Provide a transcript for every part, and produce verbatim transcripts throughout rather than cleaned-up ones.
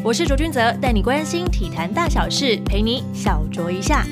我是卓君泽，带你关心体坛大小事，陪你小酌一下。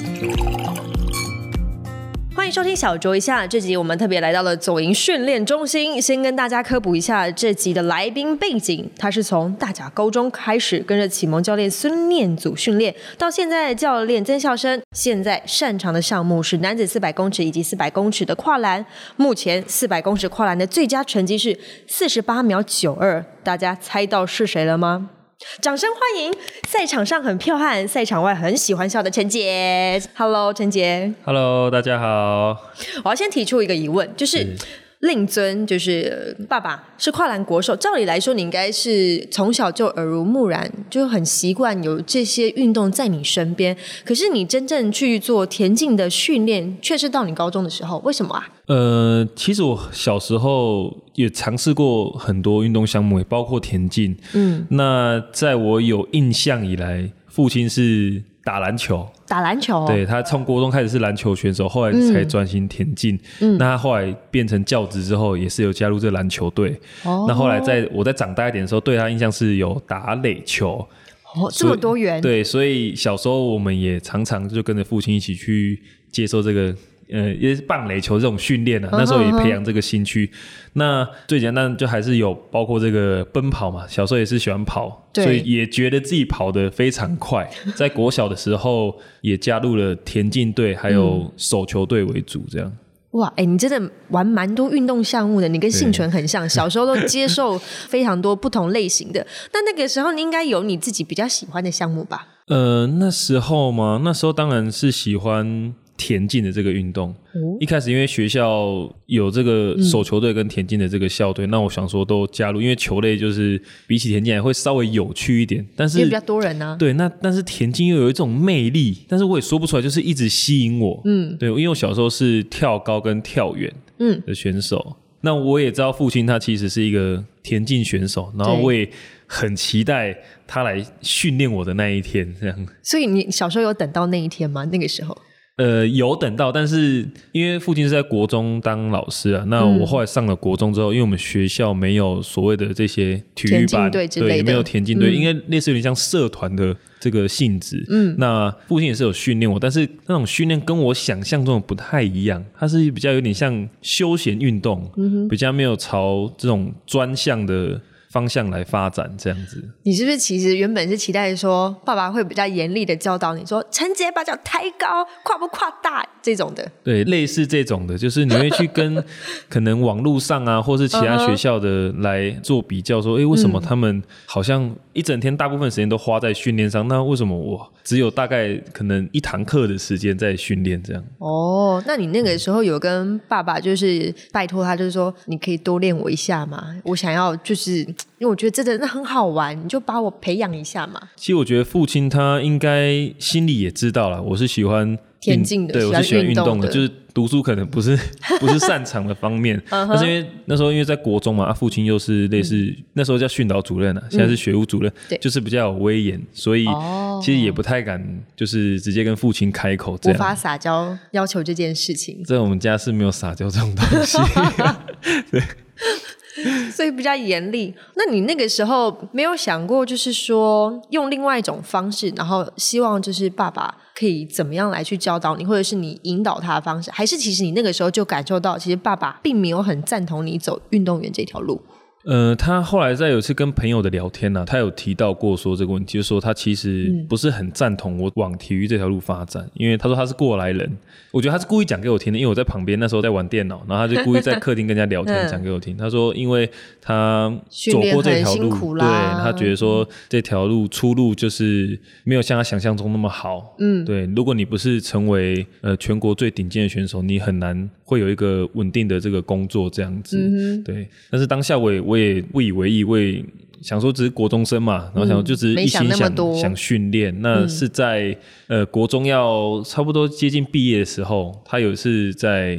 欢迎收听小酌一下，这集我们特别来到了左营训练中心，先跟大家科普一下这集的来宾背景。他是从大甲高中开始跟着启蒙教练孙念祖训练，到现在教练曾孝生，现在擅长的项目是男子四百公尺以及四百公尺的跨栏。目前四百公尺跨栏的最佳成绩是四十八秒九二，大家猜到是谁了吗？掌声欢迎赛场上很彪悍，赛场外很喜欢笑的陈杰。 Hello 陈杰。 Hello 大家好。 我要先提出一个疑问，就是令尊就是爸爸是跨栏国手，照理来说你应该是从小就耳濡目染，就很习惯有这些运动在你身边，可是你真正去做田径的训练却是到你高中的时候，为什么啊？ 呃，其实我小时候也尝试过很多运动项目，也包括田径。嗯，那在我有印象以来，父亲是打篮球。 打篮球、哦、 对，他从国中开始是篮球选手，后来才转型田径。嗯，那他后来变成教职之后，也是有加入这个篮球队。哦，那后来在我在长大一点的时候，对他印象是有打垒球。 哦，这么多元。 对，所以小时候我们也常常就跟着父亲一起去接受这个呃，也是棒垒球这种训练啊，那时候也培养这个兴趣。Uh-huh. 那最简单就还是有包括这个奔跑嘛，小时候也是喜欢跑，所以也觉得自己跑得非常快。在国小的时候也加入了田径队，还有手球队为主，这样。 哇，哎、欸，你真的玩蛮多运动项目的，你跟幸存很像，小时候都接受非常多不同类型的。那那个时候你应该有你自己比较喜欢的项目吧？ 呃，那时候嘛，那时候当然是喜欢田径的这个运动。哦，一开始因为学校有这个手球队跟田径的这个校队，嗯，那我想说都加入，因为球类就是比起田径还会稍微有趣一点，但是也比较多人啊。 对，那但是田径又有一种魅力，但是我也说不出来，就是一直吸引我。嗯，对，因为我小时候是跳高跟跳远的选手。嗯，那我也知道父亲他其实是一个田径选手，然后我也很期待他来训练我的那一天，这样。 所以你小时候有等到那一天吗？那个时候？ 呃，有等到，但是因为父亲是在国中当老师啊，那我后来上了国中之后，嗯，因为我们学校没有所谓的这些体育班， 对， 也没有田径队，嗯，应该类似有点像社团的这个性质。嗯，那父亲也是有训练我，但是那种训练跟我想象中的不太一样，它是比较有点像休闲运动，嗯，比较没有朝这种专项的方向来发展这样子。 你是不是其实原本是期待说爸爸会比较严厉的教导你说陈杰把脚抬高，跨不跨大这种的？ 对，类似这种的，就是你会去跟可能网络上啊或是其他学校的来做比较说，诶，为什么他们好像一整天大部分时间都花在训练上，那为什么我只有大概可能一堂课的时间在训练这样？ 哦，那你那个时候有跟爸爸就是拜托他，就是说你可以多练我一下吗？我想要就是因为我觉得这真的很好玩，你就把我培养一下嘛。 其实我觉得父亲他应该心里也知道啦，我是喜欢田径的， 对，我是喜欢运动的，就是读书可能不是不是擅长的方面。uh-huh. 但是因为那时候因为在国中嘛，啊，父亲又是类似，嗯，那时候叫训导主任啊，现在是学务主任，嗯，就是比较有威严，所以其实也不太敢就是直接跟父亲开口这样， 无法撒娇要求这件事情。 在我们家是没有撒娇这种东西。对。 所以比较严厉。那你那个时候没有想过就是说用另外一种方式，然后希望就是爸爸可以怎么样来去教导你，或者是你引导他的方式，还是其实你那个时候就感受到其实爸爸并没有很赞同你走运动员这条路？ 呃，他后来在有一次跟朋友的聊天啊，他有提到过说这个问题，就是说他其实不是很赞同我往体育这条路发展，因为他说他是过来人，我觉得他是故意讲给我听的，因为我在旁边那时候在玩电脑，然后他就故意在客厅跟人家聊天讲给我听。他说因为他走过这条路，对，他觉得说这条路出路就是没有像他想象中那么好。嗯，对，如果你不是成为呃全国最顶尖的选手，你很难会有一个稳定的这个工作这样子。嗯，对，但是当下我也我也不以为意，我也想说只是国中生嘛，然后想说就只是一心想、嗯、想训练。那是在、嗯、呃国中要差不多接近毕业的时候，他有一次在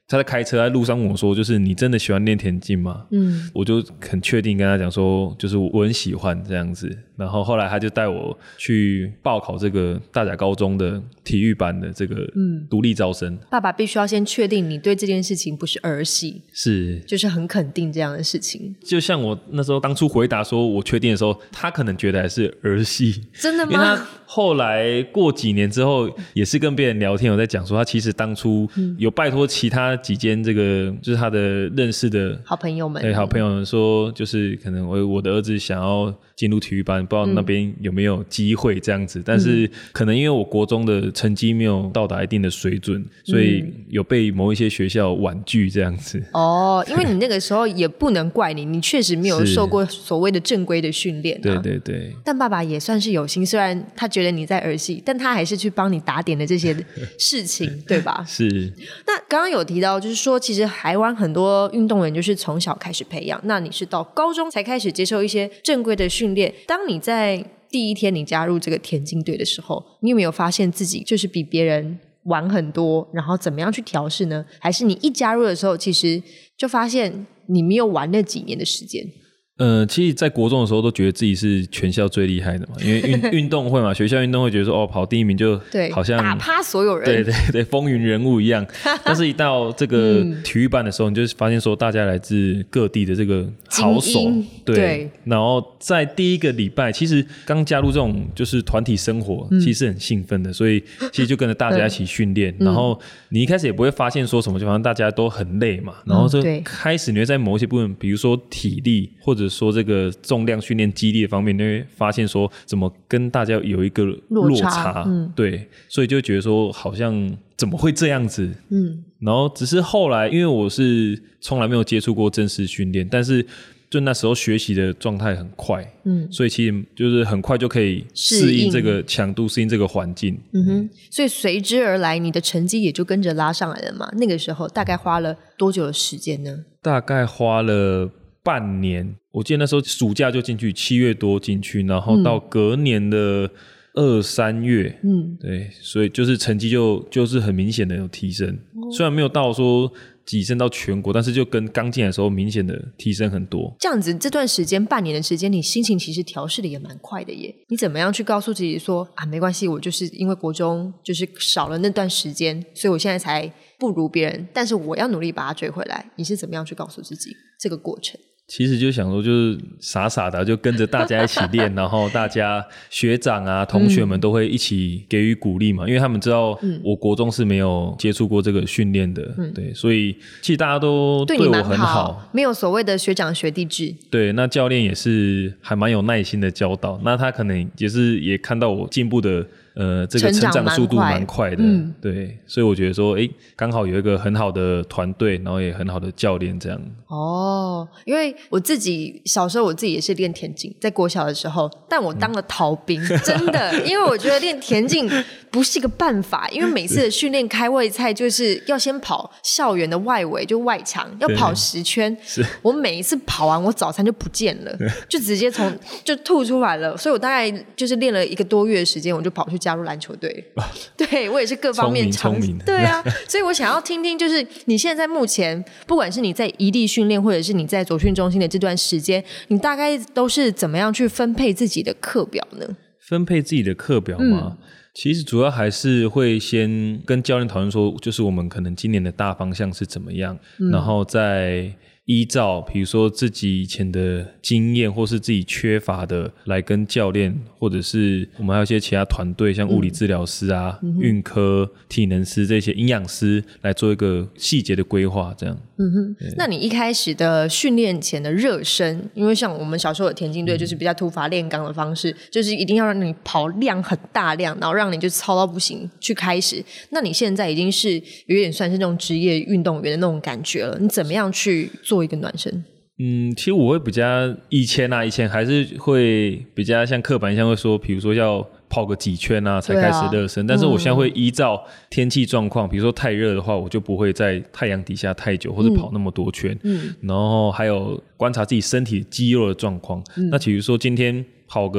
他在开车在路上问我说就是你真的喜欢练田径吗？嗯，我就很确定跟他讲说就是我很喜欢这样子，然后后来他就带我去报考这个大甲高中的体育班的这个独立招生、嗯、 爸爸必须要先确定你对这件事情不是儿戏， 是就是很肯定这样的事情。 就像我那时候当初回答说我确定的时候，他可能觉得还是儿戏。 真的吗？ 因为他后来过几年之后也是跟别人聊天有在讲说他其实当初有拜托其他几间这个就是他的认识的好朋友们， 对好朋友们说就是可能我我的儿子想要进入体育班，不知道那边有没有机会这样子、嗯、但是可能因为我国中的成绩没有到达一定的水准，所以有被某一些学校婉拒这样子。 哦，因为你那个时候也不能怪你，你确实没有受过所谓的正规的训练、啊、 对对对。 但爸爸也算是有心，虽然他觉得你在儿戏，但他还是去帮你打点的这些事情对吧？ 是。 那刚刚有提到就是说其实台湾很多运动员就是从小开始培养，那你是到高中才开始接受一些正规的训练。当你在第一天你加入这个田径队的时候，你有没有发现自己就是比别人晚很多，然后怎么样去调试呢？还是你一加入的时候其实就发现你没有玩那几年的时间？ 呃，其实在国中的时候都觉得自己是全校最厉害的嘛，因为运运动会嘛，学校运动会觉得说哦跑第一名就好像打趴所有人， 对对对，风云人物一样。但是一到这个体育班的时候，你就发现说大家来自各地的这个好手， 对, 对。然后在第一个礼拜，其实刚加入这种就是团体生活，嗯、其实很兴奋的，所以其实就跟着大家一起训练。嗯、然后你一开始也不会发现说什么，就好像大家都很累嘛，然后就开始你会在某一些部分，比如说体力或者说这个重量训练肌力的方面，你会发现说怎么跟大家有一个落差, 落差、嗯、对，所以就觉得说好像怎么会这样子，嗯，然后只是后来因为我是从来没有接触过正式训练，但是就那时候学习的状态很快，嗯，所以其实就是很快就可以适应这个强度，适应这个环境，嗯哼，所以随之而来你的成绩也就跟着拉上来了嘛。那个时候大概花了多久的时间呢？ 大概花了半年，我记得那时候暑假就进去，七月多进去，然后到隔年的二三月，嗯，对，所以就是成绩就就是很明显的有提升，哦、虽然没有到说跻身到全国，但是就跟刚进来的时候明显的提升很多。 这样子这段时间半年的时间，你心情其实调试的也蛮快的耶。你怎么样去告诉自己说啊，没关系，我就是因为国中就是少了那段时间，所以我现在才不如别人，但是我要努力把它追回来。你是怎么样去告诉自己这个过程？ 其实就想说就是傻傻的就跟着大家一起练然后大家学长啊同学们都会一起给予鼓励嘛、嗯、因为他们知道我国中是没有接触过这个训练的、嗯、对，所以其实大家都对我很 好, 好没有所谓的学长学弟制。 对，那教练也是还蛮有耐心的教导，那他可能也是也看到我进步的呃，这个成长速度蛮快的，嗯、对，所以我觉得说，哎，刚好有一个很好的团队，然后也很好的教练这样。 哦，因为我自己小时候我自己也是练田径，在国小的时候，但我当了逃兵，嗯、真的，因为我觉得练田径不是一个办法，因为每次的训练开胃菜就是要先跑校园的外围，就外墙，要跑十圈。是，我每一次跑完，我早餐就不见了，就直接从就吐出来了，所以我大概就是练了一个多月的时间，我就跑去加入篮球队。对，我也是各方面聪明聪明。 对啊，所以我想要听听，就是你现在目前，不管是你在移地训练，或者是你在左训中心的这段时间，你大概都是怎么样去分配自己的课表呢？ 分配自己的课表吗？嗯，其实主要还是会先跟教练讨论说，就是我们可能今年的大方向是怎么样，嗯、然后再依照比如说自己以前的经验或是自己缺乏的来跟教练，或者是我们还有一些其他团队像物理治疗师啊、嗯、运科、体能师这些营养师来做一个细节的规划这样。 嗯哼，那你一开始的训练前的热身，因为像我们小时候的田径队就是比较土法炼钢的方式、嗯、就是一定要让你跑量很大量，然后让你就操到不行去开始。那你现在已经是有点算是那种职业运动员的那种感觉了，你怎么样去做一个暖身？ 嗯，其实我会比较以前啊，以前还是会比较像刻板印象会说，比如说要跑个几圈啊才开始热身、啊、但是我现在会依照天气状况、嗯、比如说太热的话，我就不会在太阳底下太久或者跑那么多圈、嗯、然后还有观察自己身体肌肉的状况、嗯、那比如说今天跑个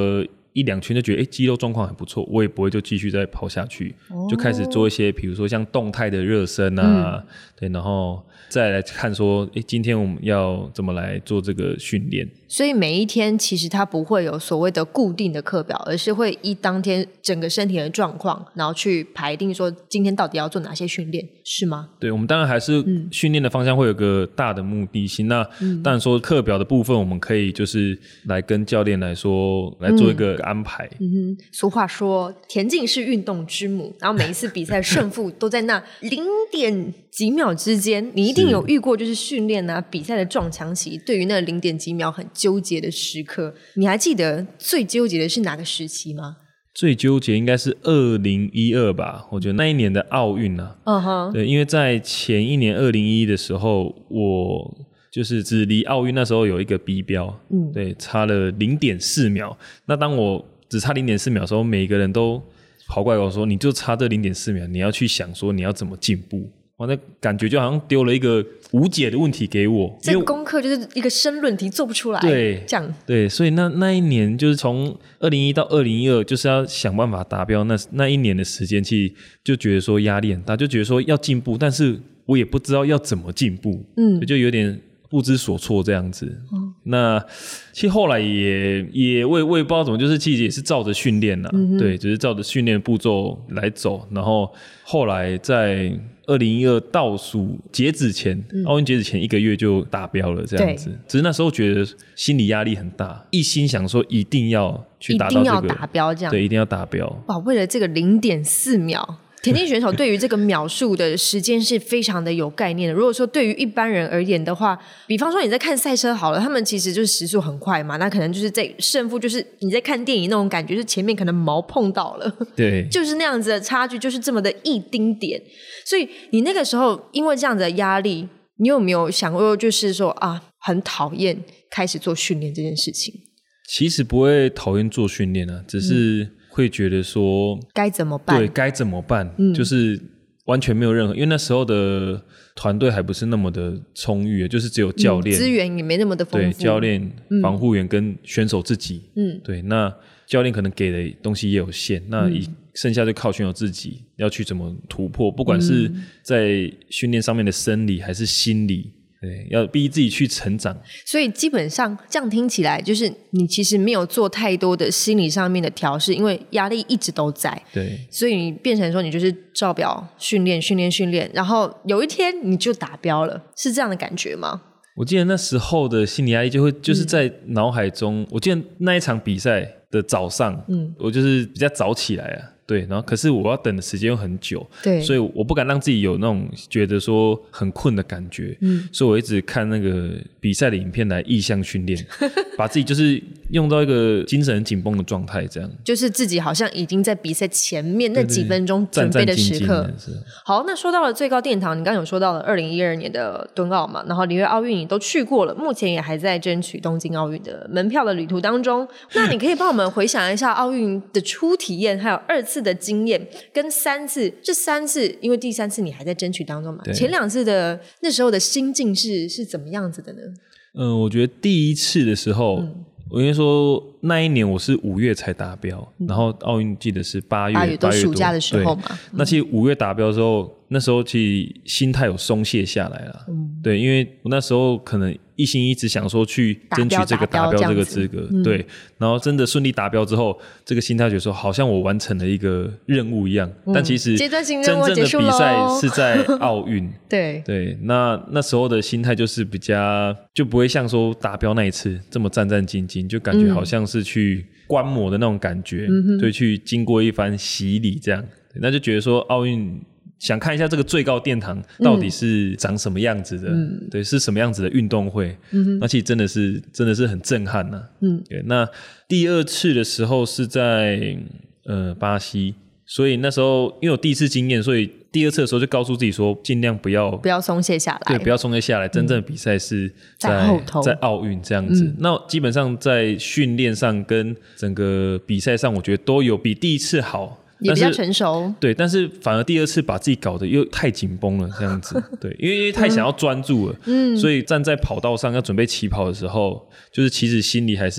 一两圈就觉得哎肌肉状况还不错，我也不会就继续再跑下去，哦、就开始做一些比如说像动态的热身啊、嗯、对，然后再来看说哎今天我们要怎么来做这个训练。 所以每一天其实它不会有所谓的固定的课表，而是会依当天整个身体的状况然后去排定说今天到底要做哪些训练，是吗？ 对，我们当然还是训练的方向会有个大的目的性、嗯、那当然说课表的部分我们可以就是来跟教练来说来做一个安排。 嗯哼，俗话说田径是运动之母，然后每一次比赛胜负都在那零点几秒之间，你一定有遇过就是训练啊比赛的撞墙期，对于那零点几秒很纠结的时刻，你还记得最纠结的是哪个时期吗？ 最纠结应该是二零一二吧，我觉得那一年的奥运啊，嗯哼，对，因为在前一年二零一一的时候，我就是只离奥运那时候有一个逼标，嗯，对，差了零点四秒。那当我只差零点四秒的时候，每个人都跑过来跟我说，你就差这零点四秒，你要去想说你要怎么进步。我那感觉就好像丢了一个无解的问题给我， 这个功课就是一个申论题做不出来， 对， 这样对，所以那那一年就是从二零一到二零一二，就是要想办法达标。那那一年的时间，其实就觉得说压力很大，就觉得说要进步，但是我也不知道要怎么进步，嗯，就有点不知所措这样子。嗯，那其实后来也也我也我也不知道怎么，就是其实也是照着训练啦，嗯、对，只是照着训练步骤来走，然后后来在二零一二倒数截止前，奥运截止前一个月就达标了，这样子。只是那时候觉得心理压力很大，一心想说一定要去达到这个，一定要达标，这样对，一定要达标。 哇，为了这个零点四秒。田径选手对于这个秒数的时间是非常的有概念的。如果说对于一般人而言的话，比方说你在看赛车好了，他们其实就是时速很快嘛，那可能就是在胜负就是你在看电影那种感觉，就是前面可能毛碰到了， 对， 就是那样子的差距，就是这么的一丁点。所以你那个时候因为这样子的压力，你有没有想过就是说啊，很讨厌开始做训练这件事情？ 其实不会讨厌做训练啊，只是、嗯会觉得说该怎么办？ 对，该怎么办、嗯、就是完全没有任何，因为那时候的团队还不是那么的充裕，就是只有教练、 嗯、资源也没那么的丰富， 对，教练、嗯、防护员跟选手自己，嗯，对，那教练可能给的东西也有限，那以剩下就靠选手自己要去怎么突破，不管是在训练上面的生理还是心理。对，要逼自己去成长。 所以基本上这样听起来，就是你其实没有做太多的心理上面的调试，因为压力一直都在。 对， 所以你变成说你就是照表训练、训练、训练，然后有一天你就达标了，是这样的感觉吗？ 我记得那时候的心理压力就会就是在脑海中、嗯、我记得那一场比赛的早上、嗯、我就是比较早起来啊，对，然后可是我要等的时间又很久， 对， 所以我不敢让自己有那种觉得说很困的感觉，嗯，所以我一直看那个比赛的影片来意向训练把自己就是用到一个精神很紧绷的状态，这样就是自己好像已经在比赛前面那几分钟准备的时刻。 战战兢兢的。 好，那说到了最高殿堂，你刚刚有说到了二零一二年的敦奥嘛，然后里约奥运你都去过了，目前也还在争取东京奥运的门票的旅途当中。那你可以帮我们回想一下奥运的初体验，还有二次的经验，跟三次，这三次因为第三次你还在争取当中嘛，前两次的那时候的心境是是怎么样子的呢？ 嗯、呃，我觉得第一次的时候、嗯、我应该说那一年我是五月才达标、嗯、然后奥运记得是八月八月都暑假的时候嘛、嗯、 那其实五月达标的时候，那时候其实心态有松懈下来了、嗯、对，因为我那时候可能一心一直想说去争取这个达标这个资格、嗯、对，然后真的顺利达标之后，这个心态觉得说好像我完成了一个任务一样、嗯、但其实真正的比赛是在奥运对对，那那时候的心态就是比较就不会像说达标那一次这么战战兢兢，就感觉好像是去观摩的那种感觉、嗯、对，去经过一番洗礼这样，那就觉得说奥运想看一下这个最高殿堂到底是长什么样子的、嗯、对，是什么样子的运动会、嗯、那其实真的是真的是很震撼啊、嗯、对，那第二次的时候是在呃巴西，所以那时候因为有第一次经验，所以第二次的时候就告诉自己说尽量不要不要松懈下来， 对，不要松懈下来、嗯、真正的比赛是在在后头， 在奥运这样子、嗯、那基本上在训练上跟整个比赛上我觉得都有比第一次好， 也比较成熟， 对，但是反而第二次把自己搞得又太紧绷了这样子对，因为因为太想要专注了、嗯、所以站在跑道上要准备起跑的时候，就是其实心里还是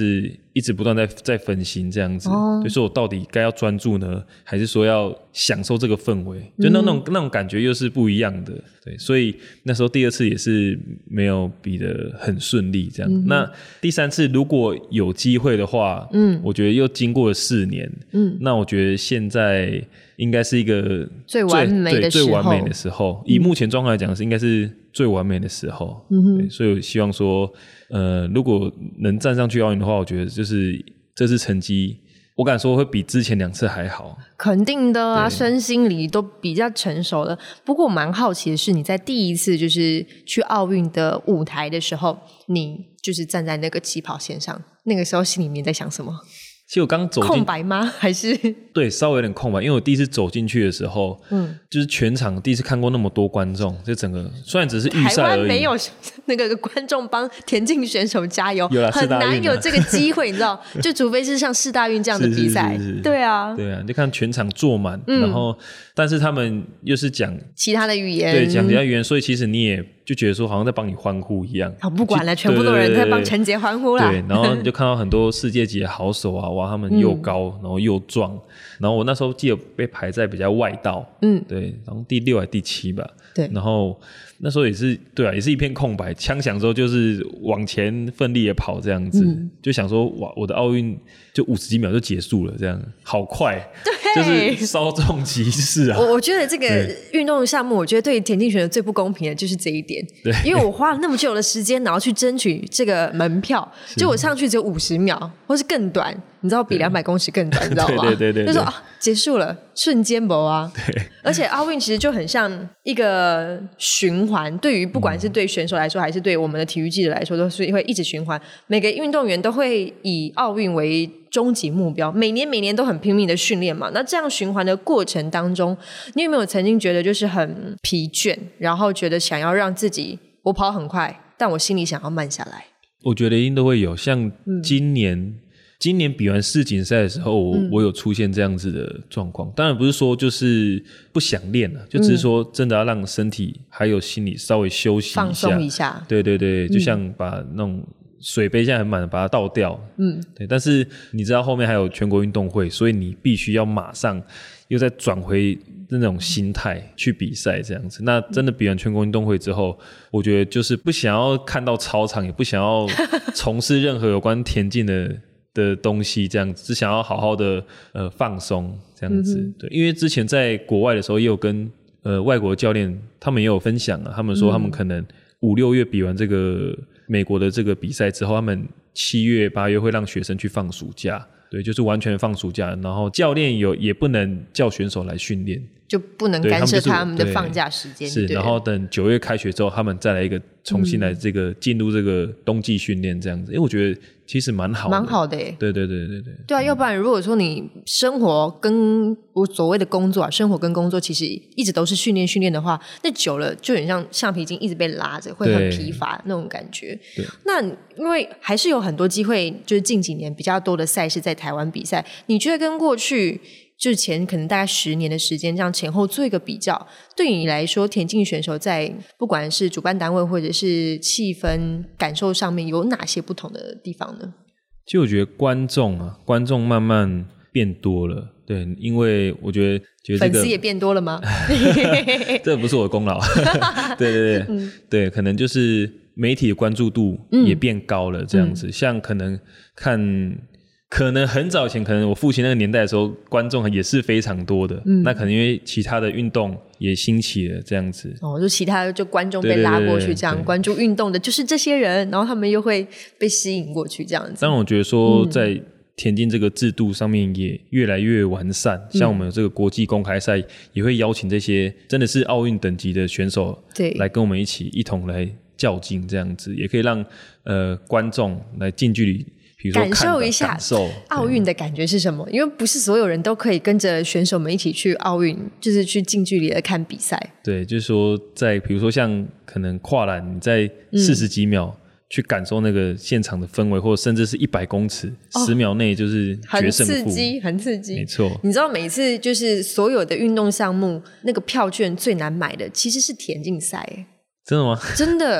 一直不断在在分心这样子，哦、就是我到底该要专注呢，还是说要享受这个氛围？就那那种、嗯、那种感觉又是不一样的。对，所以那时候第二次也是没有比得很顺利这样。嗯、那第三次如果有机会的话，嗯，我觉得又经过了四年，嗯，那我觉得现在应该是一个最完美的时候， 最完美的时候。以目前状况来讲，是应该是最完美的时候。嗯对，所以我希望说，呃，如果能站上去奥运的话，我觉得就是这次成绩，我敢说会比之前两次还好。 肯定的啊，身心里都比较成熟了。不过我蛮好奇的是，你在第一次就是去奥运的舞台的时候，你就是站在那个起跑线上，那个时候心里面在想什么？ 其实我刚走进空白吗？还是对，稍微有点空白，因为我第一次走进去的时候，嗯，就是全场第一次看过那么多观众，就整个虽然只是预赛而已，台湾没有那个观众帮田径选手加油， 有啦很难有这个机会，你知道？就除非是像世大运这样的比赛， 是是是是对啊， 对啊，就看全场坐满，嗯、然后但是他们又是讲其他的语言， 对，讲其他语言，所以其实你也就觉得说好像在帮你欢呼一样。 好，不管了，全部都有人在帮陈杰欢呼啦。 对，然后你就看到很多世界级的好手啊，哇，他们又高、嗯、然后又壮，然后我那时候记得被排在比较外道，嗯，对，然后第六还第七吧， 对， 然后那时候也是对啊，也是一片空白，枪响之后就是往前奋力的跑这样子，嗯、就想说哇，我的奥运就五十几秒就结束了，这样好快， 对， 就是稍纵即逝啊。 我我觉得这个运动项目，我觉得对田径选手最不公平的就是这一点，对，因为我花了那么久的时间，然后去争取这个门票，就我上去只有五十秒，或是更短。你知道比两百公尺更短，你知道吗？ 对对对对， 就说啊，结束了，瞬间没啊。 对， 而且奥运其实就很像一个循环，对于不管是对选手来说，还是对我们的体育记者来说，都是会一直循环。每个运动员都会以奥运为终极目标，每年每年都很拼命的训练嘛。那这样循环的过程当中，你有没有曾经觉得就是很疲倦，然后觉得想要让自己我跑很快，但我心里想要慢下来？ 我觉得一定都会有，像今年。嗯今年比完世锦赛的时候，我、嗯、我有出现这样子的状况。当然不是说就是不想练了，就只是说真的要让身体还有心理稍微休息一下， 放松一下。 对对对，就像把那种水杯现在很满的把它倒掉。嗯，对。但是你知道后面还有全国运动会，所以你必须要马上又再转回那种心态去比赛这样子。那真的比完全国运动会之后，我觉得就是不想要看到操场，也不想要从事任何有关田径的。的东西这样子，只想要好好的呃放松这样子、嗯、对，因为之前在国外的时候也有跟呃外国的教练他们也有分享啊，他们说他们可能五六月比完这个美国的这个比赛之后，他们七月八月会让学生去放暑假，对，就是完全放暑假，然后教练有也不能叫选手来训练， 就不能干涉他们的放假时间， 是，然后等九月开学之后，他们再来一个重新来这个进入这个冬季训练这样子，因为我觉得其实蛮好的， 蛮好的耶， 对对对对对， 对啊，要不然如果说你生活跟我所谓的工作啊，生活跟工作其实一直都是训练训练的话，那久了就很像橡皮筋一直被拉着，会很疲乏那种感觉。 对， 那因为还是有很多机会，就是近几年比较多的赛事在台湾比赛，你觉得跟过去？就是前可能大概十年的时间，这样前后做一个比较，对你来说，田径选手在不管是主办单位或者是气氛感受上面，有哪些不同的地方呢？ 其实我觉得观众啊，观众慢慢变多了，对，因为我觉得觉得、这个、 粉丝也变多了吗？ 这不是我的功劳，对对对、嗯、对，可能就是媒体的关注度也变高了，这样子，嗯、像可能看。可能很早前，可能我父亲那个年代的时候，观众也是非常多的。嗯，那可能因为其他的运动也兴起了，这样子。哦， 就其他的就观众被拉过去，这样对对对对关注运动的就是这些人，然后他们又会被吸引过去，这样子。 当然，我觉得说在田径这个制度上面也越来越完善，嗯、像我们这个国际公开赛也会邀请这些真的是奥运等级的选手，对，来跟我们一起一同来较劲，这样子也可以让呃观众来近距离。 感受一下奥运的感觉是什么？因为不是所有人都可以跟着选手们一起去奥运，就是去近距离的看比赛。 对，就是说在比如说像可能跨栏，你在四十几秒去感受那个现场的氛围，嗯、或者甚至是一百公尺，十、哦、秒内就是决胜负， 很刺激，很刺激。 没错， 你知道每次就是所有的运动项目，那个票券最难买的其实是田径赛。 真的吗？ 真的，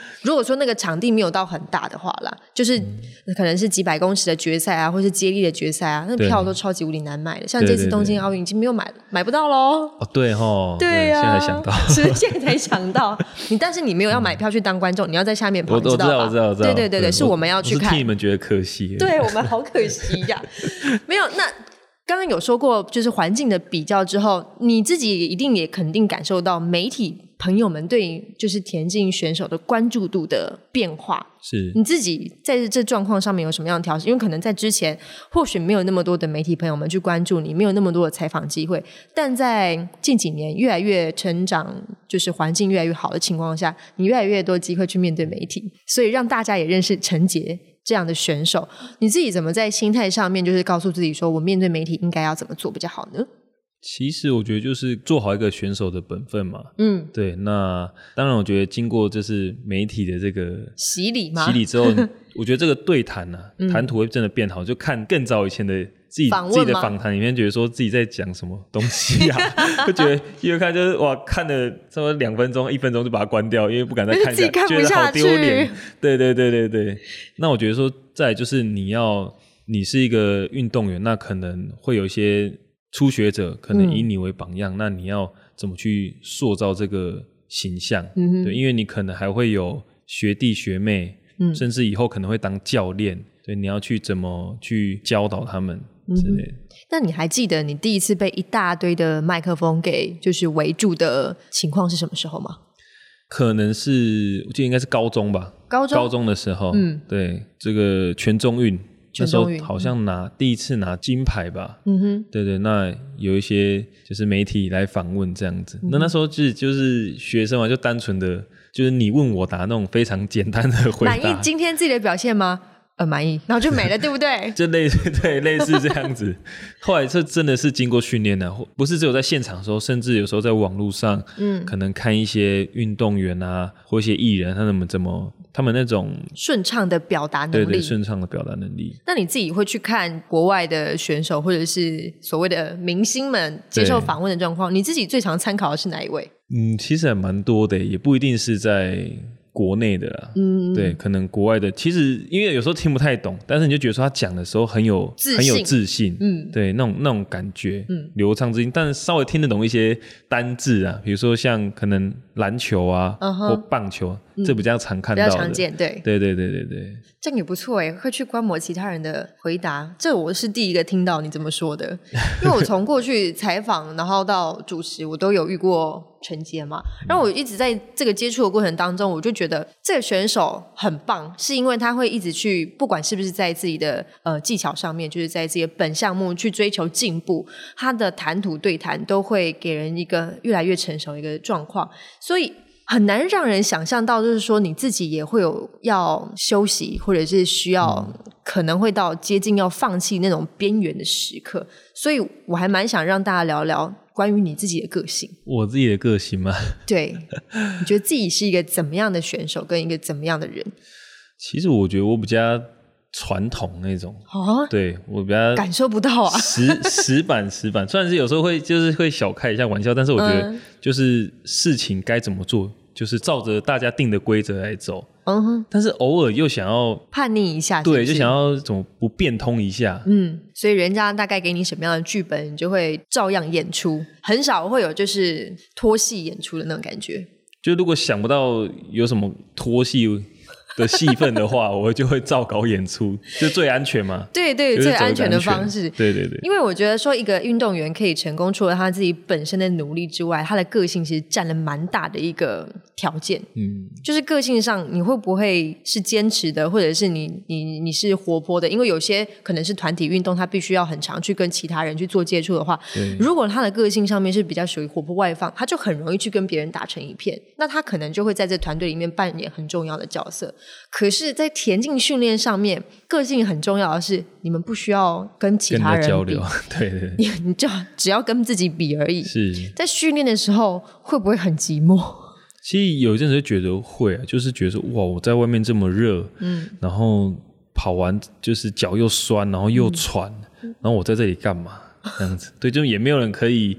如果说那个场地没有到很大的话啦，就是可能是几百公尺的决赛啊，或是接力的决赛啊，那票都超级无敌难买的。像这次东京奥运已经没有买买不到咯。 哦，对齁， 对啊， 现在才想到， 是现在才想到。你但是你没有要买票去当观众，你要在下面跑， 我你知道吧？ 我知道，我知道， 对对对对，是我们要去看。 我是替你们觉得可惜， 对我们好可惜呀、啊。没有那。刚刚有说过，就是环境的比较之后，你自己一定也肯定感受到媒体朋友们对就是田径选手的关注度的变化。 是你自己在这状况上面有什么样的调整？因为可能在之前或许没有那么多的媒体朋友们去关注你，没有那么多的采访机会，但在近几年越来越成长，就是环境越来越好的情况下，你越来越多机会去面对媒体，所以让大家也认识陈杰这样的选手。你自己怎么在心态上面就是告诉自己说我面对媒体应该要怎么做比较好呢？ 其实我觉得就是做好一个选手的本分嘛。 嗯， 对。那当然我觉得经过就是媒体的这个洗礼嘛， 洗礼之后我觉得这个对谈啊谈吐会真的变好，就看更早以前的自己自己的访谈里面，觉得说自己在讲什么东西啊就觉得越看就是哇，看了差不多两分钟一分钟就把它关掉，因为不敢再看下去， 看不下去， 觉得好丢脸。对对对对对。那我觉得说再来就是你要你是一个运动员，那可能会有一些初学者可能以你为榜样、嗯、那你要怎么去塑造这个形象、嗯、对，因为你可能还会有学弟学妹、嗯、甚至以后可能会当教练，对，你要去怎么去教导他们之类的、嗯、 那你还记得你第一次被一大堆的麦克风给就是围住的情况是什么时候吗？ 可能是我记得应该是高中吧， 高中高中的时候，嗯，对，这个全中运那时候好像拿、嗯、第一次拿金牌吧，嗯哼，对对，那有一些就是媒体来访问这样子、嗯、那那时候就是就是学生嘛，就单纯的就是你问我答那种非常简单的回答。满意今天自己的表现吗？呃，满意，然后就没了，对不对？ 就类似，对，类似这样子。后来这真的是经过训练的，不是只有在现场的时候，甚至有时候在网络上，嗯，可能看一些运动员啊，或一些艺人，他们怎么，他们那种顺畅的表达能力， 对对，顺畅的表达能力。 那你自己会去看国外的选手，或者是所谓的明星们接受访问的状况？你自己最常参考的是哪一位？ 嗯，其实还蛮多的，也不一定是在国内的啦，嗯，对，可能国外的，其实因为有时候听不太懂，但是你就觉得说他讲的时候很有很有自信，嗯，对，那种那种感觉，嗯，流畅之音，但是稍微听得懂一些单字啊，比如说像可能篮球啊、uh-huh, 或棒球、嗯，这比较常看到的， 比较常见，对， 对对对对对， 这样也不错耶，会去观摩其他人的回答，这我是第一个听到你这么说的，因为我从过去采访，然后到主持，我都有遇过陈杰嘛，然后我一直在这个接触的过程当中，我就觉得这个选手很棒，是因为他会一直去，不管是不是在自己的呃技巧上面，就是在自己的本项目去追求进步，他的谈吐对谈都会给人一个越来越成熟的一个状况，所以很难让人想象到，就是说你自己也会有要休息，或者是需要、嗯、可能会到接近要放弃那种边缘的时刻，所以我还蛮想让大家聊聊关于你自己的个性。 我自己的个性吗？对， 你觉得自己是一个怎么样的选手，跟一个怎么样的人？ 其实我觉得我比较传统那种，啊、对，我比较感受不到啊， 死死板死板。虽然是有时候会就是会小开一下玩笑，但是我觉得就是事情该怎么做，就是照着大家定的规则来走。嗯哼，但是偶尔又想要叛逆一下是不对， 是， 就想要怎么不变通一下。 嗯，所以人家大概给你什么样的剧本，你就会照样演出，很少会有就是拖戏演出的那种感觉。 就如果想不到有什么拖戏的戏份的话，我就会照稿演出，就最安全嘛。 对对，最安全的方式。 对对对， 因为我觉得说一个运动员可以成功，除了他自己本身的努力之外，他的个性其实占了蛮大的一个条件。嗯，就是个性上你会不会是坚持的，或者是你你你是活泼的？因为有些可能是团体运动，他必须要很常去跟其他人去做接触的话，如果他的个性上面是比较属于活泼外放，他就很容易去跟别人打成一片，那他可能就会在这团队里面扮演很重要的角色。可是在田径训练上面，个性很重要的是你们不需要跟其他人比， 跟人家交流，对对对， 你你就只要跟自己比而已。 是在训练的时候会不会很寂寞？ 其实有一阵子就觉得会啊，就是觉得说哇，我在外面这么热，嗯，然后跑完就是脚又酸，然后又喘，嗯、然后我在这里干嘛？这样子，对，就也没有人可以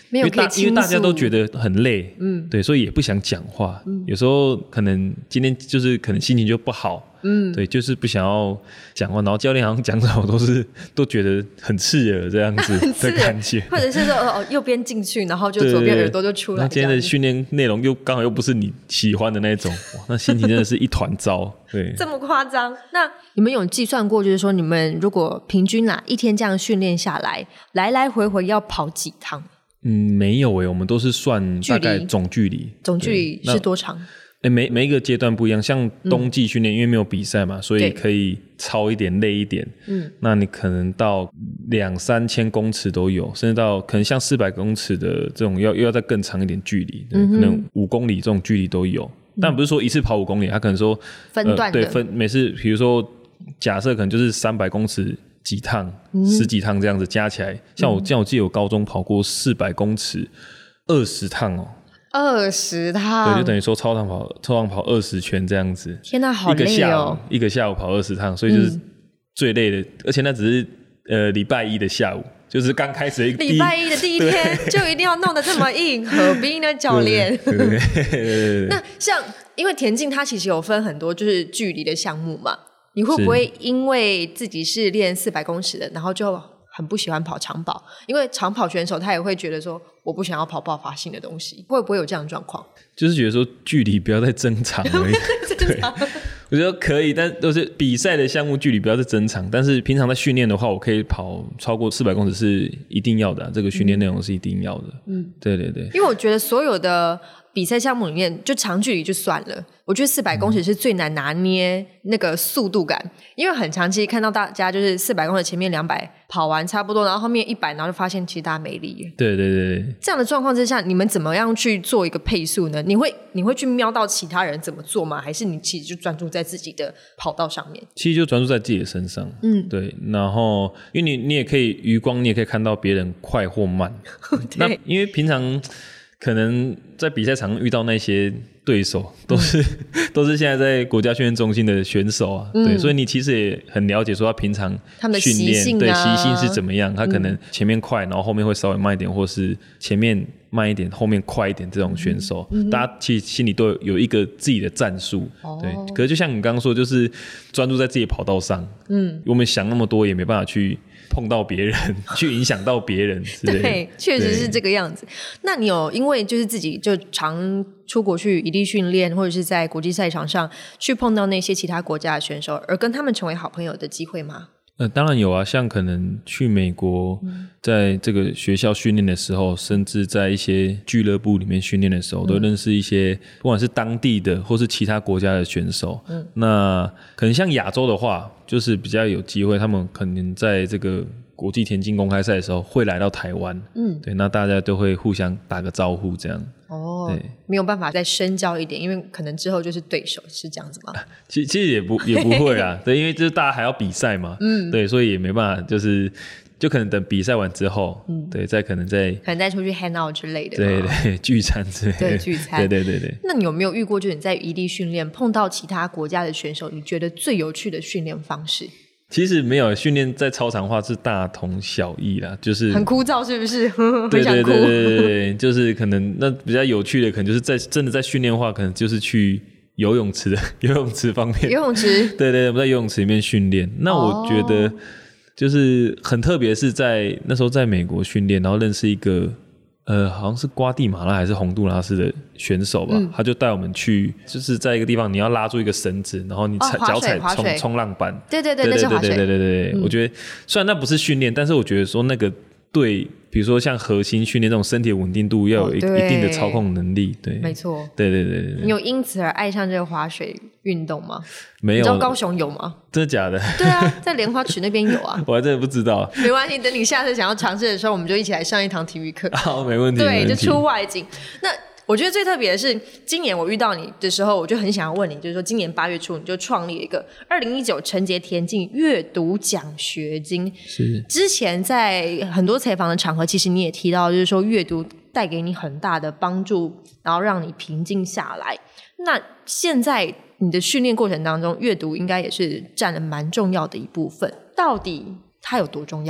没有可以倾诉， 因为大家都觉得很累，嗯，对，所以也不想讲话、嗯、有时候可能今天就是可能心情就不好，嗯，对，就是不想要讲话，然后教练好像讲什么都是都觉得很刺耳这样子的感觉或者是说哦右边进去然后就左边耳朵就出来， 那今天的训练内容又刚好又不是你喜欢的那种，哇，那心情真的是一团糟对， 这么夸张。那你们有计算过就是说你们如果平均啦一天这样训练下来来来回回要跑几趟？ 嗯，没有耶，我们都是算大概总距离， 总距离是多长？ 欸、每每一个阶段不一样，像冬季训练、嗯、因为没有比赛嘛，所以可以超一点累一点，嗯，那你可能到两三千公尺都有，甚至到可能像四百公尺的这种要又要再更长一点距离，嗯、可能五公里这种距离都有，嗯、但不是说一次跑五公里，他可能说分段的、 呃、对分每次比如说假设可能就是三百公尺几趟、嗯、十几趟这样子加起来，像我像我记得我高中跑过四百公尺二十趟哦。 二十趟， 对，就等于说超长跑，超长跑二十圈这样子。 天哪，好累哦！ 一个下午，一个下午跑二十趟，所以就是最累的。嗯、而且那只是呃礼拜一的下午，就是刚开始的一个礼拜一的第一天就一定要弄得这么硬，何必呢，教练？ 对对对对对对那像因为田径它其实有分很多就是距离的项目嘛，你会不会因为自己是练四百公尺的，然后就很不喜欢跑长跑？因为长跑选手他也会觉得说我不想要跑爆发性的东西，会不会有这样的状况？ 就是觉得说距离不要再增长而已对，我觉得可以，但都是比赛的项目距离不要再增长，但是平常在训练的话我可以跑超过四百公尺是一定要的、啊、这个训练内容是一定要的。嗯，对对对， 因为我觉得所有的比赛项目里面就长距离就算了，我觉得四百公尺是最难拿捏那个速度感、嗯、因为很长期看到大家就是四百公尺前面两百跑完差不多，然后后面一百然后就发现其实大家没力。 对对对， 这样的状况之下你们怎么样去做一个配速呢？你会你会去瞄到其他人怎么做吗？还是你其实就专注在自己的跑道上面？ 其实就专注在自己的身上，嗯，对，然后因为你你也可以余光你也可以看到别人快或慢那因为平常可能在比赛场遇到那些对手都是、嗯、都是现在在国家训练中心的选手啊、嗯、对，所以你其实也很了解说他平常他们的训练习性、啊、 对习性是怎么样，他可能前面快然后后面会稍微慢一点，或是前面慢一点后面快一点，这种选手、嗯、大家其实心里都有一个自己的战术、哦、对，可是就像你刚刚说就是专注在自己跑道上，嗯，我们想那么多也没办法去碰到别人去影响到别人之类的对，确实是这个样子。那你有因为就是自己就常出国去异地训练，或者是在国际赛场上去碰到那些其他国家的选手而跟他们成为好朋友的机会吗？ 呃，当然有啊，像可能去美国在这个学校训练的时候、嗯、甚至在一些俱乐部里面训练的时候、嗯、都认识一些不管是当地的或是其他国家的选手、嗯、那可能像亚洲的话就是比较有机会，他们可能在这个国际田径公开赛的时候会来到台湾，嗯，对，那大家都会互相打个招呼这样。 哦，对，没有办法再深交一点，因为可能之后就是对手，是这样子吗？ 其其实也不也不会啦对，因为就是大家还要比赛嘛，嗯，对，所以也没办法，就是就可能等比赛完之后，嗯，对，再可能再可能再出去 hang out 之类的， 对对，聚餐之类的， 对，聚餐， 对对对对。 那你有没有遇过，就是你在异地训练碰到其他国家的选手，你觉得最有趣的训练方式？ 其实没有，训练在操场的话是大同小异啦，就是很枯燥是不是？ 对对对对对对，就是可能那比较有趣的可能就是在真的在训练的话可能就是去游泳池的游泳池方面， 游泳池对对对，我们在游泳池里面训练。那我觉得就是很特别，是在那时候在美国训练，然后认识一个呃，好像是瓜地马拉还是洪都拉斯的选手吧、嗯、他就带我们去，就是在一个地方你要拉住一个绳子，然后你踩、哦、脚踩冲冲浪板， 对对对对对对对对对对、嗯、我觉得虽然那不是训练，但是我觉得说那个对，比如说像核心训练这种身体的稳定度要有 一,、哦、一定的操控能力，对， 没错， 对对对对对。 你有因此而爱上这个滑水运动吗？ 没有， 你知道高雄有吗？ 真的假的？ 对啊，在莲花池那边有啊。 我还真的不知道。 没关系，等你下次想要尝试的时候，我们就一起来上一堂体育课。 好，没问题。 对，就出外景。那我觉得最特别的是，今年我遇到你的时候，我就很想要问你，就是说今年八月初你就创立了一个二零一九陈杰田径阅读奖学金。 是。之前在很多采访的场合，其实你也提到，就是说阅读带给你很大的帮助，然后让你平静下来。那现在你的训练过程当中，阅读应该也是占了蛮重要的一部分。到底它有多重要？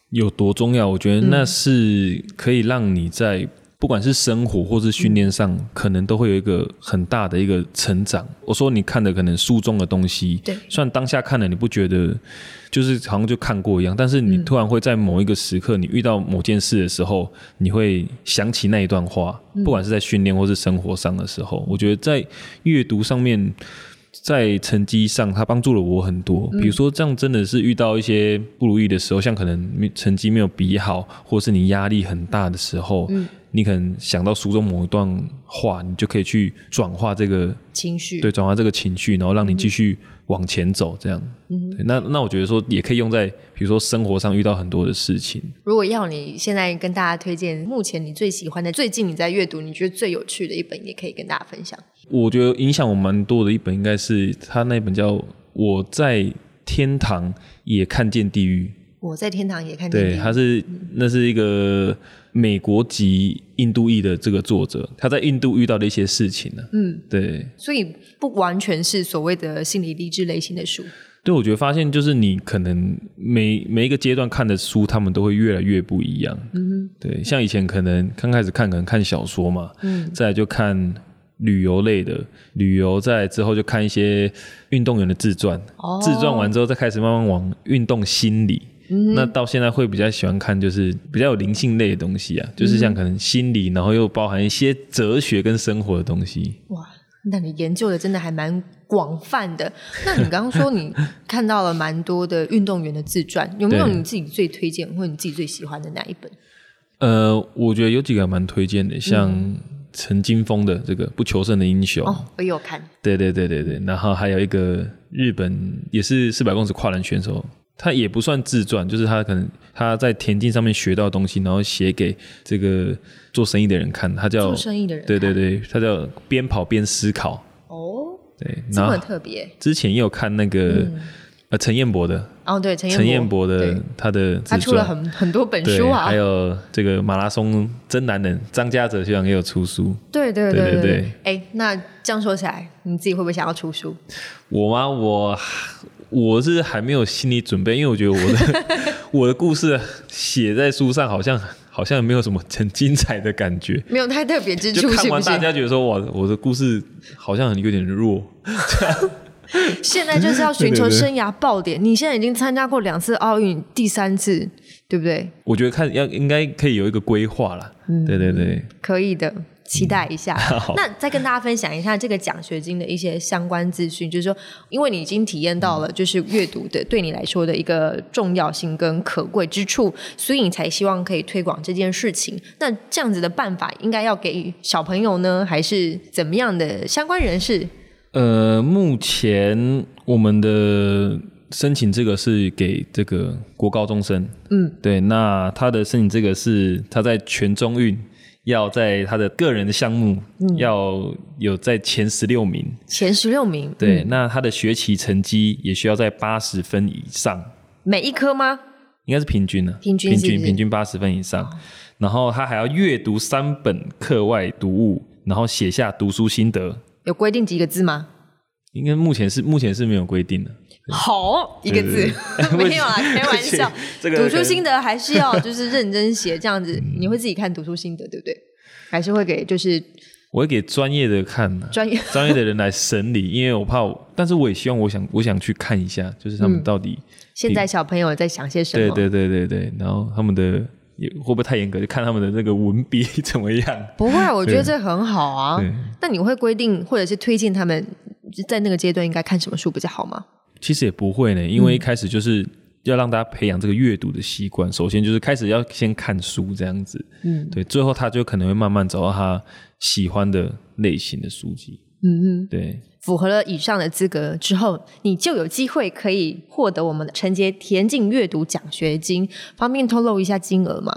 有多重要，我觉得那是可以让你在不管是生活或是训练上、嗯、可能都会有一个很大的一个成长。我说你看的可能书中的东西，对，虽然当下看了你不觉得就是好像就看过一样，但是你突然会在某一个时刻你遇到某件事的时候，你会想起那一段话、嗯、不管是在训练或是生活上的时候，我觉得在阅读上面在成绩上它帮助了我很多、嗯、比如说这样真的是遇到一些不如意的时候，像可能成绩没有比好，或是你压力很大的时候、嗯、你可能想到书中某一段话，你就可以去转化这个情绪， 对，转化这个情绪，然后让你继续往前走这样、嗯、对，那那我觉得说也可以用在比如说生活上遇到很多的事情。 如果要你现在跟大家推荐目前你最喜欢的，最近你在阅读你觉得最有趣的一本，也可以跟大家分享。 我觉得影响我蛮多的一本应该是他那本叫我在天堂也看见地狱。 我在天堂也看见地狱， 对，他是、嗯、那是一个美国籍印度裔的这个作者，他在印度遇到的一些事情呢、啊。嗯，对， 所以不完全是所谓的心理励志类型的书。 对，我觉得发现就是你可能每每一个阶段看的书，他们都会越来越不一样。嗯，对，像以前可能刚开始看可能看小说嘛，嗯，再来就看旅游类的，旅游再来之后就看一些运动员的自传、哦、自传完之后再开始慢慢往运动心理、嗯、那到现在会比较喜欢看就是比较有灵性类的东西啊，就是像可能心理然后又包含一些哲学跟生活的东西。 哇，那你研究的真的还蛮广泛的。那你刚刚说你看到了蛮多的运动员的自传，有没有你自己最推荐或者你自己最喜欢的哪一本？ 呃，我觉得有几个蛮推荐的，像、嗯陈金峰的这个不求胜的英雄哦，我有看。 对对对对对，然后还有一个日本也是四百公尺跨栏选手，他也不算自传，就是他可能他在田径上面学到的东西，然后写给这个做生意的人看，他叫做生意的人看， 对对对，他叫边跑边思考。 哦， 对， 这么特别。 之前也有看那个、嗯、呃陈彦博的。 哦，对，陈陈彦博的他的自传， 他出了很很多本书啊， 还有这个马拉松真男人张家哲学长也有出书。 对对对对对。哎，那这样说起来，你自己会不会想要出书？ 我吗？我我是还没有心理准备，因为我觉得我的我的故事写在书上，好像好像没有什么很精彩的感觉， 没有太特别之处， 就看完大家觉得说哇，我的故事好像有点弱。 现在就是要寻求生涯爆点。对对对，你现在已经参加过两次奥运，第三次，对不对？ 我觉得看要应该可以有一个规划啦。嗯，对对对， 可以的，期待一下。嗯、那再跟大家分享一下这个奖学金的一些相关资讯，就是说，因为你已经体验到了，就是阅读的对你来说的一个重要性跟可贵之处，所以你才希望可以推广这件事情。那这样子的办法，应该要给小朋友呢，还是怎么样的相关人士？ 呃，目前我们的申请这个是给这个国高中生，嗯，对，那他的申请这个是他在全中运要在他的个人的项目、嗯、要有在前十六名， 前十六名， 对、嗯，那他的学期成绩也需要在八十分以上， 每一科吗？ 应该是平均的， 平均平均平均八十分以上、哦，然后他还要阅读三本课外读物，然后写下读书心得。有规定几个字吗？ 应该目前是目前是没有规定的。 好，一个字没有啦，开玩笑。这个、读书心得还是要就是认真写，这样子、嗯、你会自己看读书心得对不对？还是会给就是我会给专业的看、啊，专业专业的人来审理，因为我怕我，但是我也希望我想我想去看一下，就是他们到底、嗯、 现在小朋友在想些什么？ 对对对对对，然后他们的。会不会太严格？就看他们的那个文笔怎么样？ 不会，我觉得这很好啊。那你会规定或者是推荐他们在那个阶段应该看什么书比较好吗？ 其实也不会呢，因为一开始就是要让大家培养这个阅读的习惯、嗯。首先就是开始要先看书这样子，嗯，对，最后他就可能会慢慢找到他喜欢的类型的书籍。嗯嗯，对， 符合了以上的资格之后，你就有机会可以获得我们的承接田径阅读奖学金。方便透露一下金额吗？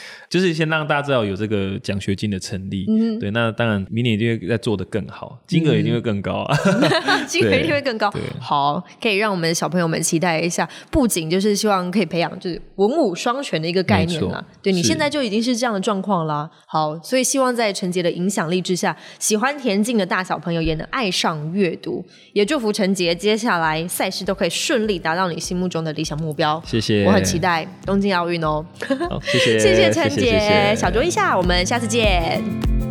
就是先让大家知道有这个奖学金的成立。嗯，对，那当然明年一定会再做得更好，金额一定会更高啊， 嗯、金额一定会更高。好，可以让我们的小朋友们期待一下，不仅就是希望可以培养就是文武双全的一个概念啦。对，你现在就已经是这样的状况啦。好，所以希望在陈杰的影响力之下，喜欢田径的大小朋友也能爱上阅读。也祝福陈杰接下来赛事都可以顺利达到你心目中的理想目标。 谢谢， 我很期待东京奥运哦。 好，谢谢， 谢谢陈杰， 谢谢谢谢小酌一下，我们下次见。